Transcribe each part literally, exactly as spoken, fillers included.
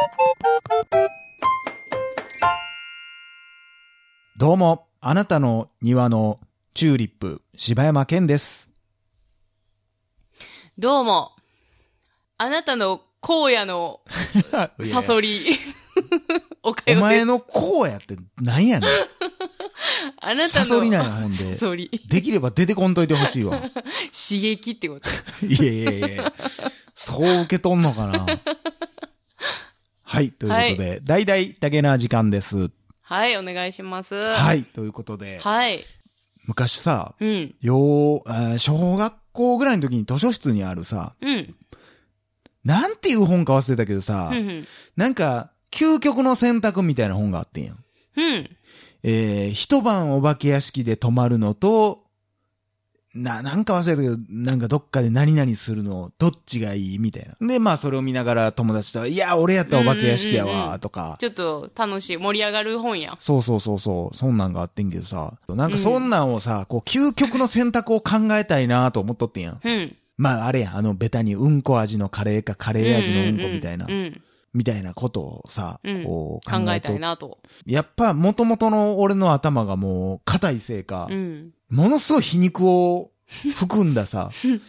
どうも、あなたの庭のチューリップ、柴山健です。 どうも、あなたの荒野のサソリ、おかよです。 お前の荒野って何やねん。 あなたのサソリなんや、ほんで。 サソリ。 できれば出てこんといてほしいわ。 刺激ってこと。 いやいやいや、そう受け取んのかな。はい、ということで、だいだいだけな時間です。 はい、お願いします。 はい、ということで。 はい。 昔さ、 うん。 よう、小学校ぐらいの時に図書室にあるさ、 うん。 なんていう本か忘れたけどさ、 うんうん、 なんか、究極の選択みたいな本があってんやん。 うん。 えー、一晩お化け屋敷で泊まるのと、な、なんか忘れたけど、なんかどっかで何々するの、どっちがいいみたいな。で、まあそれを見ながら友達と、いや、俺やったらお化け屋敷やわ、とか、うんうんうん。 ちょっと楽しい、盛り上がる本や。 そうそうそうそう、そんなんがあってんけどさ、なんかそんなんをさ、こう、究極の選択を考えたいなと思っとってんやん。 うん。 まああれやん、あのベタにうんこ味のカレーかカレー味のうんこみたいな。 うんうんうんうんみたいなことをさ、 うん、 こう考えたいなと。 やっぱ元々の俺の頭がもう硬いせいか、 うん、ものすごい皮肉を含んださ、 うん、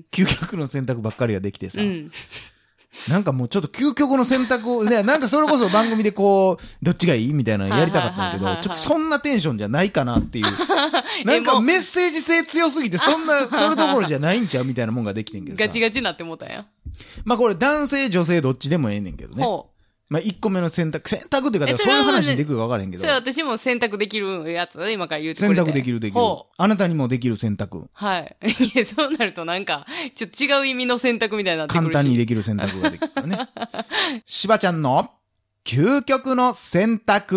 究極の選択ばっかりができてさ、 うん、 なんかもうちょっと究極の選択を、ね、なんかそれこそ番組でこう、どっちがいいみたいなのやりたかったんだけど、ちょっとそんなテンションじゃないかなっていう。なんかメッセージ性強すぎて、そんな、それどころじゃないんちゃうみたいなもんができてんけどさ。 ガチガチになってもうたんや。 まあこれ男性女性どっちでもええねんけどね。ほう。まあ、一個目の選択、選択っていうか、そういう話にできるか分からへんけど。 それ私も選択できるやつ今から言うてくれて。 選択できるできる。あなたにもできる選択。 はい。いや、そうなるとなんか、ちょっと違う意味の選択みたいになってくるし。 簡単にできる選択ができるからね。しばちゃんの究極の選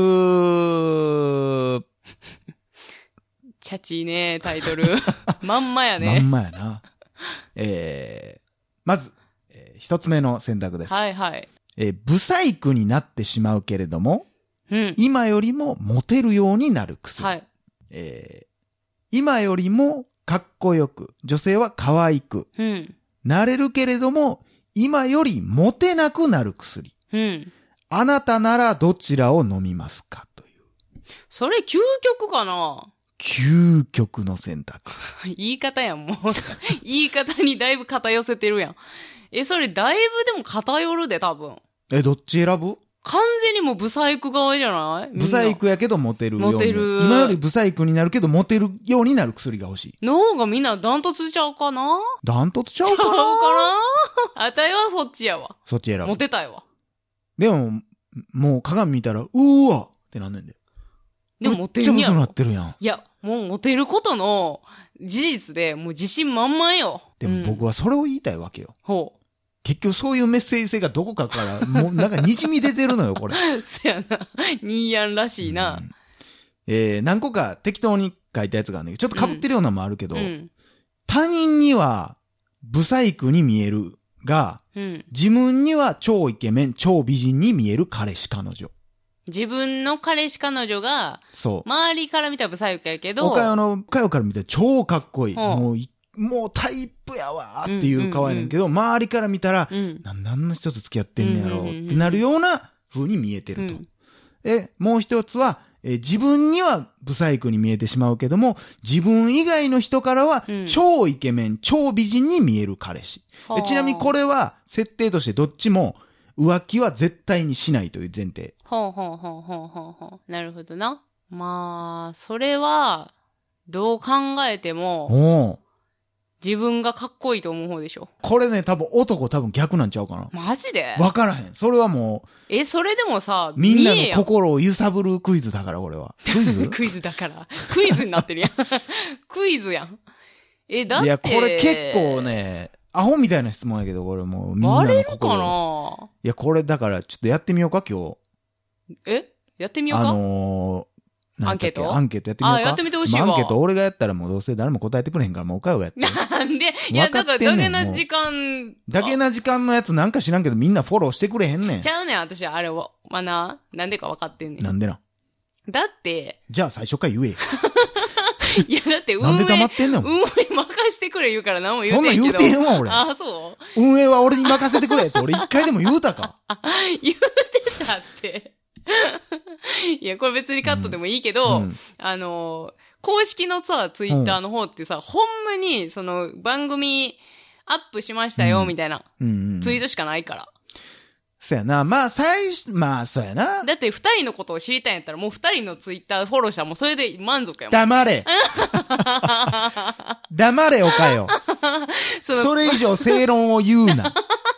択。 チャチーね、タイトル。まんまやね。 まんまやな。えー、まず、えー、一つ目の選択です。 はいはい。 えー、ブサイクになってしまうけれども、 うん、 今よりもモテるようになる薬。 はい。 えー、今よりもかっこよく、女性は可愛く、 うん、 なれるけれども、今よりモテなくなる薬。 うん。 あなたならどちらを飲みますかという。 それ究極かな？ 究極の選択。 言い方やん、もう。言い方にだいぶ偏せてるやん。え、それだいぶでも偏るで、多分。 え、どっち選ぶ？ 完全にもうブサイク側じゃない？ ブサイクやけどモテるように。 モテる。 今よりブサイクになるけどモテるようになる薬が欲しい。 の方がみんなダントツちゃうかな？ ダントツちゃうかな？ ちゃうかな？あたいはそっちやわ。 そっち選ぶ。 モテたいわ。 でも、もう鏡見たら、うーわってなんねんで。 でもモテるやん。 めっちゃブスなってるやん。 いや、もうモテることの事実でもう自信満々よ。 でも僕はそれを言いたいわけよ。うん、 ほう。 結局そういうメッセージ性がどこかから、もうなんか滲み出てるのよ、これ。 そやな。ニーヤンらしいな。 うん、えー、何個か適当に書いたやつがあるんだけど、ちょっと被ってるようなのもあるけど、うん、他人にはブサイクに見えるが、うん、自分には超イケメン、超美人に見える彼氏彼女。 自分の彼氏彼女が、そう。周りから見たらブサイクやけど、 おかよの、おかよから見たら超かっこいい。もう、もうタイプやわーっていう可愛いねんけど、うんうんうん、周りから見たら、うん、なんであんな人と付き合ってんねやろうってなるような風に見えてると。うん、え、もう一つは、え、自分にはブサイクに見えてしまうけども、自分以外の人からは、超イケメン、超美人に見える彼氏。うん、ちなみにこれは、設定としてどっちも、浮気は絶対にしないという前提。 ほうほうほうほうほうほう。なるほどな。まあ、それは、どう考えても、自分がかっこいいと思う方でしょ。 これね、多分男多分逆なんちゃうかな。 マジで？ わからへん。それはもう。 え、それでもさ、 みんなの心を揺さぶるクイズだから、これは。クイズクイズだから。クイズになってるやん。クイズやん。え、だって。 いや、これ結構ね、アホみたいな質問やけど、これもうみんなの心。 割れるかな？ いや、これだからちょっとやってみようか、今日。 えやってみようか。 あのー、 アンケートアンケートやってみようか。 あ、やってみてほしいわ。 まあ、アンケート俺がやったらもうどうせ誰も答えてくれへんから、もうおかよがやって。 なんでいや、だからだけな時間。 だけな時間のやつなんか知らんけどみんなフォローしてくれへんねん。 ちゃうねん、私あれを。まあな、なんでか分かってんねん。 なんでな。 だって。 じゃあ最初から言え。 いや、だって運営、 なんで黙ってんねん。 運営任してくれ言うから何も言うてんけど。 そんなん言うてへんわ、俺。 あ、そう？ 運営は俺に任せてくれって俺一回でも言うたか。 言うてたって。いや、これ別にカットでもいいけど、うんうん、あの、公式のさ、ツイッターの方ってさ、うん、ほんまに、その、番組アップしましたよ、みたいな、うんうんうん、ツイートしかないから。 そうやな。まあ、最初、まあ、そうやな。 だって二人のことを知りたいんやったら、もう二人のツイッターフォローしたらもうそれで満足やもん。 黙れ黙れおかよ。そ, それ以上正論を言うな。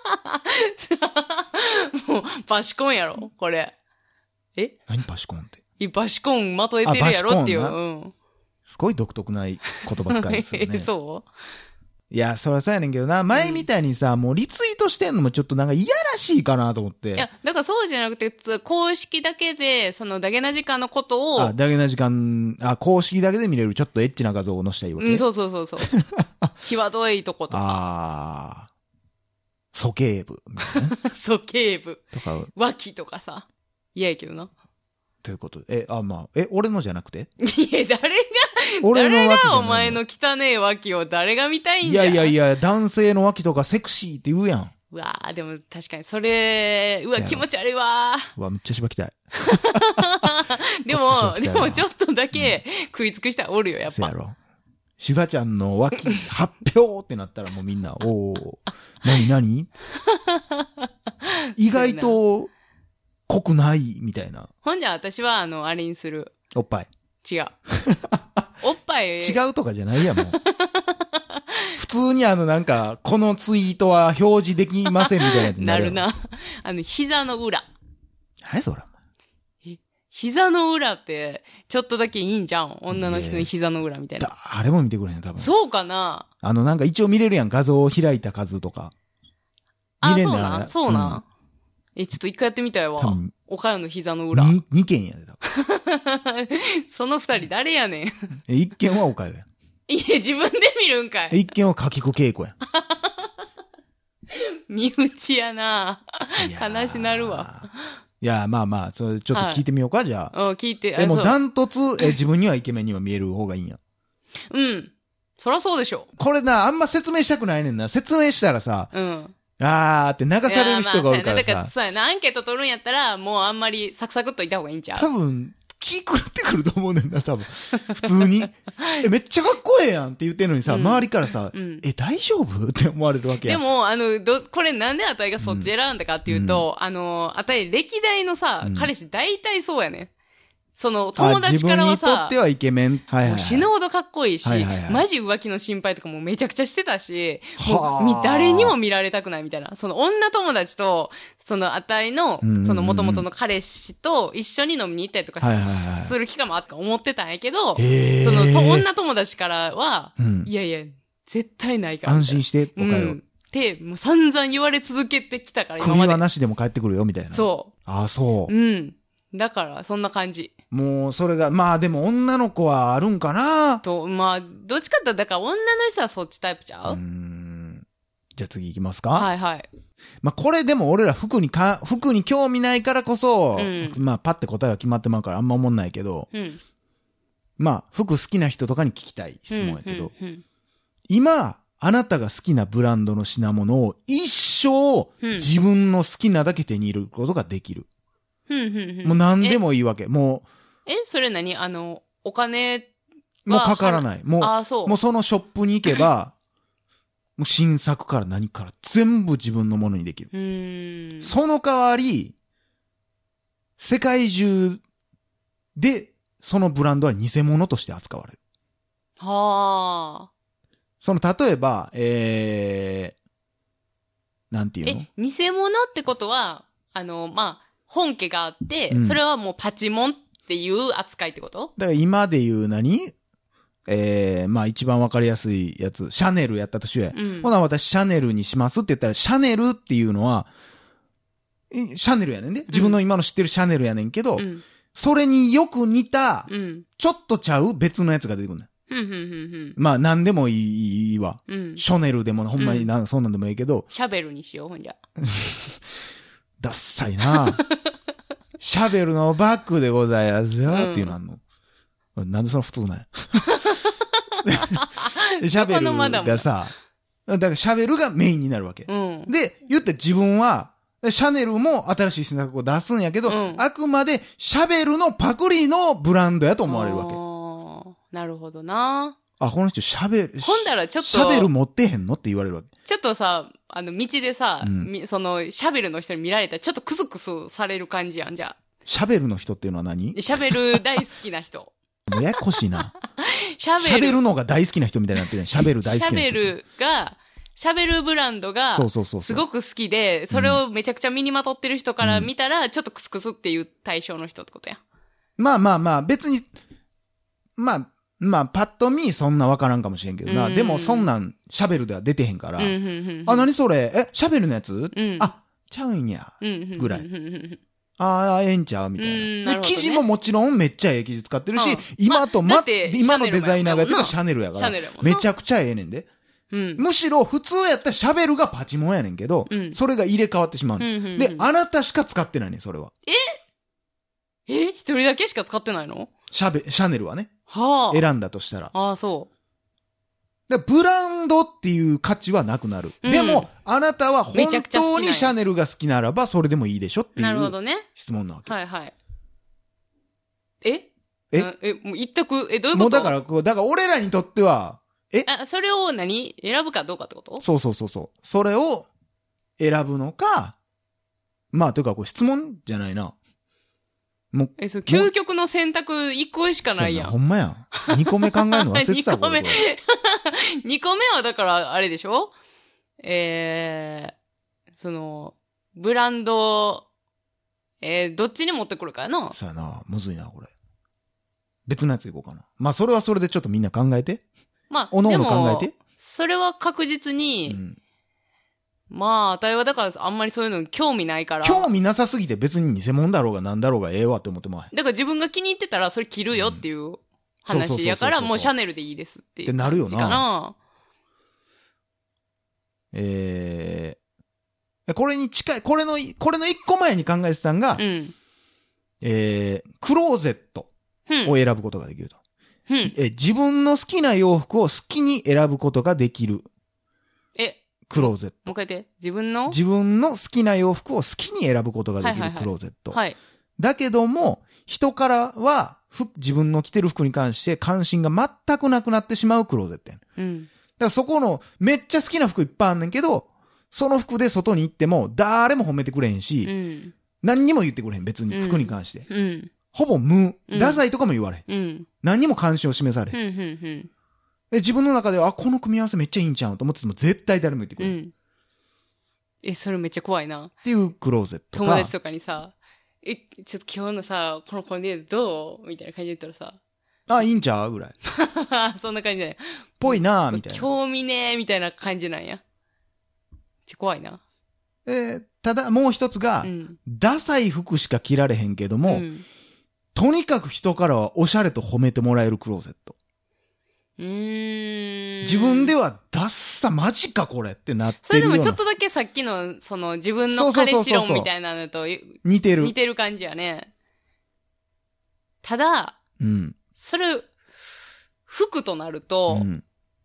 もう、バシコンやろ、これ。え何バシコンって。 いバシコンまとえてるやろっていう。うん。 すごい独特な言葉使いですよね。 そういや、そりゃそうやねんけどな、前みたいにさ、うん、もうリツイートしてんのもちょっとなんかいやらしいかなと思って。 いや、だからそうじゃなくて、公式だけで、そのダゲな時間のことを。 あ、ダゲな時間、あ、公式だけで見れるちょっとエッチな画像を載せたいわけ。 うん、そうそうそうそう。際どいとことか。 ああ。鼠径部みたいな、ね。 鼠径部。 とか。 脇とかさ。嫌やけどな。 ということで。え、あ、まあ、え、俺のじゃなくていや、誰が、俺の脇誰がお前の汚え脇を誰が見たいんじゃん。 いやいやいや、男性の脇とかセクシーって言うやん。 うわぁ、でも確かにそれ、うわ、気持ち悪いわー。うわ、めっちゃしばきたい。 でも、でもちょっとだけ食いつく人はおるよ、やっぱ。 そうやろ。しばちゃんの脇発表ってなったらもうみんな、おー、なになに意外と、濃くないみたいな。 ほんじゃ私は、あの、あれにする。 おっぱい。 違う。おっぱい。 違うとかじゃないやもん。普通にあのなんか、このツイートは表示できませんみたいなやつになる。 なるな。あの、膝の裏。 何それ。 え、膝の裏って、ちょっとだけいいんじゃん。女の人の膝の裏みたいな。 誰も見てくれへん、多分。 そうかな。 あのなんか一応見れるやん、画像を開いた数とか。 見れんねん。あ、そうな。そうな。うんえ、ちょっと一回やってみたいわ。おかよの膝の裏。 に、二件やで、多分。その二人誰やねん。 え、一件はおかよや。 いや、自分で見るんかい。 一件はかきこ稽古や。 身内やな悲しなるわ。 いや、まあまあ、それちょっと聞いてみようか、はい、じゃあ。 うん、聞いて。 え、もうダントツ、え、自分にはイケメンには見える方がいいんや。 うん。そらそうでしょ。 これな、あんま説明したくないねんな。説明したらさ、うん。あーって流される人がおるからさ。 だからそうやな、アンケート取るんやったら、もうあんまりサクサクっといた方がいいんちゃう？ 多分、気狂ってくると思うねんな、多分。普通に。え、めっちゃかっこええやんって言ってんのにさ、うん、周りからさ、うん、え、大丈夫って思われるわけや。 でも、あの、ど、これなんであたいがそっち選んだかっていうと、うん、あの、あたい歴代のさ、うん、彼氏大体そうやね。その、友達からはさ、 自分にとってはイケメン。はいはいはい、 死ぬほどかっこいいし、はいはいはい、マジ浮気の心配とかもめちゃくちゃしてたし、もう、誰にも見られたくないみたいな。その女友達と、そのあたいの、その元々の彼氏と一緒に飲みに行ったりとかする機会もあったと思ってたんやけど、そのと女友達からは、うん、いやいや、絶対ないから。 安心して、おかよ。うん、 って、もう散々言われ続けてきたから、 今まで。首はなしでも帰ってくるよ、みたいな。 そう。 ああ、そう。 うん。だから、そんな感じ。 もう、それが、まあでも女の子はあるんかなと、まあ、どっちかってだから女の人はそっちタイプちゃう？うーん。じゃあ次行きますか？ はいはい。 まあこれでも俺ら服にか、服に興味ないからこそ、うん、まあパッて答えは決まってまうからあんま思んないけど、うん、まあ服好きな人とかに聞きたい質問やけど、うんうんうん、今、あなたが好きなブランドの品物を一生自分の好きなだけ手に入れることができる。 うんうんうん、 もう何でもいいわけ。もう。え、それ何あの、お金もうかからない。もう、 あ、そう。 もうそのショップに行けば、もう新作から何から全部自分のものにできる。 うーんその代わり、世界中でそのブランドは偽物として扱われる。 はあ。 その、例えば、えー、なんていうの？ え、偽物ってことは、あの、まあ、本家があって、うん、それはもうパチモンっていう扱いってこと？ だから今で言う何？えー、まあ一番わかりやすいやつ、シャネルやったとしようや。うん、ほな私シャネルにしますって言ったら、シャネルっていうのは、シャネルやねんね。自分の今の知ってるシャネルやねんけど、うん、それによく似た、うん、ちょっとちゃう別のやつが出てくるねん。 うんうんうんうん、 まあ何でもいいわ。うん、ショネルでもほんまにな、うん、そうなんでもいいけど。 シャベルにしよう、ほんじゃ。 ダッサいなシャベルのバッグでございますよ、うん、っていうのあんの。なんでその普通なんや。 シャベルがさ、だからシャベルがメインになるわけ。うん、で、言って自分は、シャネルも新しい選択を出すんやけど、うん、あくまでシャベルのパクリのブランドやと思われるわけ。 なるほどな。 あ、この人シャベル、 ほんだらちょっと、 シャベル持ってへんのって言われるわけ。 ちょっとさ、あの、道でさ、うん、その、シャベルの人に見られたら、ちょっとクスクスされる感じやん、じゃあ。 シャベルの人っていうのは何？ シャベル大好きな人。 ややこしいな。 シャベル。 シャベルのが大好きな人みたいになってるやん。シャベル大好きな人。 シャベルが、シャベルブランドが、 そうそうそう。 すごく好きで、それをめちゃくちゃ身にまとってる人から見たら、ちょっとクスクスっていう対象の人ってことや。 まあまあまあ、別に、まあ、まあ、パッと見そんなわからんかもしれんけどな。でもそんなん、シャベルでは出てへんから。うんうんうんうん、あ、何それ？え、シャベルのやつ？うん、あ、ちゃうんや。ぐらい。ああ、ええんちゃうみたいな。なで、ね、生地ももちろんめっちゃええ生地使ってるし、うん、今とま、今のデザイナーがやってるのはシャネルやから。めちゃくちゃええねんで。うん、むしろ普通やったらシャベルがパチモンやねんけど、うん、それが入れ替わってしまうね、うんうんうん。で、あなたしか使ってないねん、それは。 ええ一人だけしか使ってないの？ シャベ、シャネルはね。 はあ。選んだとしたら。 ああ、そう。 でブランドっていう価値はなくなる。うん、でも、あなたは本当にシャネルが好きならば、それでもいいでしょっていう。なるほどね。質問なわけ。 はいはい。えええ、もう一択、え、どういうこと？ もうだから、こう、だから俺らにとっては、えあ、それを何選ぶかどうかってこと？ そうそうそうそう。それを選ぶのか、まあ、というか、こう質問じゃないな。もう。 え、そう、究極の選択一個しかないやん。 ほんまやん。二個目考えるの忘れてた。 二個目。二個目はだから、あれでしょ？えー、その、ブランド、えー、どっちに持ってくるかやな。 そうやな。むずいな、これ。別のやついこうかな。まあ、それはそれでちょっとみんな考えて。まあ、おのおの考えて。 それは確実に、うん、まあ、あたいはだからあんまりそういうの興味ないから。 興味なさすぎて別に偽物だろうがなんだろうがええわって思ってまう。だから自分が気に入ってたらそれ着るよっていう話やからもうシャネルでいいですっていう。ってなるよな。かな。 えー、これに近い、これの、これの一個前に考えてたんが、うん、えー、クローゼットを選ぶことができると。うん、え自分の好きな洋服を好きに選ぶことができる。 えクローゼット。 もう一回言って。自分の自分の好きな洋服を好きに選ぶことができるクローゼット。はい、はいはい。だけども、人からは、自分の着てる服に関して関心が全くなくなってしまうクローゼットやん。うん。だからそこの、めっちゃ好きな服いっぱいあんねんけど、その服で外に行っても、誰も褒めてくれへんし、うん、何にも言ってくれへん、別に、服に関して。うん。うんほぼ無、ダサいとかも言われ。うん。何にも関心を示され。うん、うん、うん。で、自分の中では、あ、この組み合わせめっちゃいいんちゃうと思ってても絶対誰も言ってくれる。うん。 え、それめっちゃ怖いな。 っていうクローゼットか。 友達とかにさ、え、ちょっと今日のさ、このコンディどうみたいな感じで言ったらさ。 あ、いいんちゃうぐらい。 そんな感じだよ。 ぽいなみたいな。 興味ねーみたいな感じなんや。めっちゃ怖いな。 えー、ただもう一つが、うん、ダサい服しか着られへんけども、うんとにかく人からはおしゃれと褒めてもらえるクローゼット。うーん。自分ではダッサマジかこれってなってるような。 それでもちょっとだけさっきのその自分の彼氏論みたいなのと似てる。 似てる感じやね。ただ、うん。それ、服となると、うん、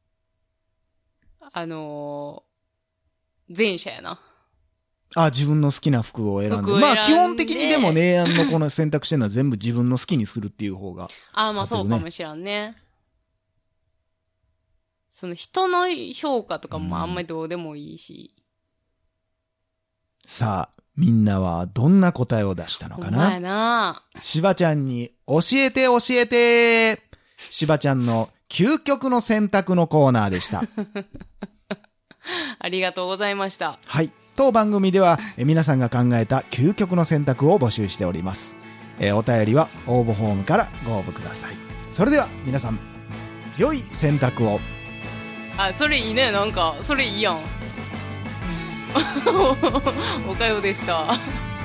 あのー、前者やな。 あ、自分の好きな服を選んで。まあ基本的にでもね、あのこの選択してるのは全部自分の好きにするっていう方が、ね。 ああ、まあそうかもしらんね。その人の評価とかもあんまりどうでもいいし。 うん、さあ、みんなはどんな答えを出したのかな？ ほんまやな。 しばちゃんに教えて教えてしばちゃんの究極の選択のコーナーでした。 ありがとうございました。 はい。当番組ではえ皆さんが考えた究極の選択を募集しております。えー、お便りは応募フォームからご応募ください。それでは皆さん、良い選択を。 あ、それいいね。なんか、それいいやん。おかよでした。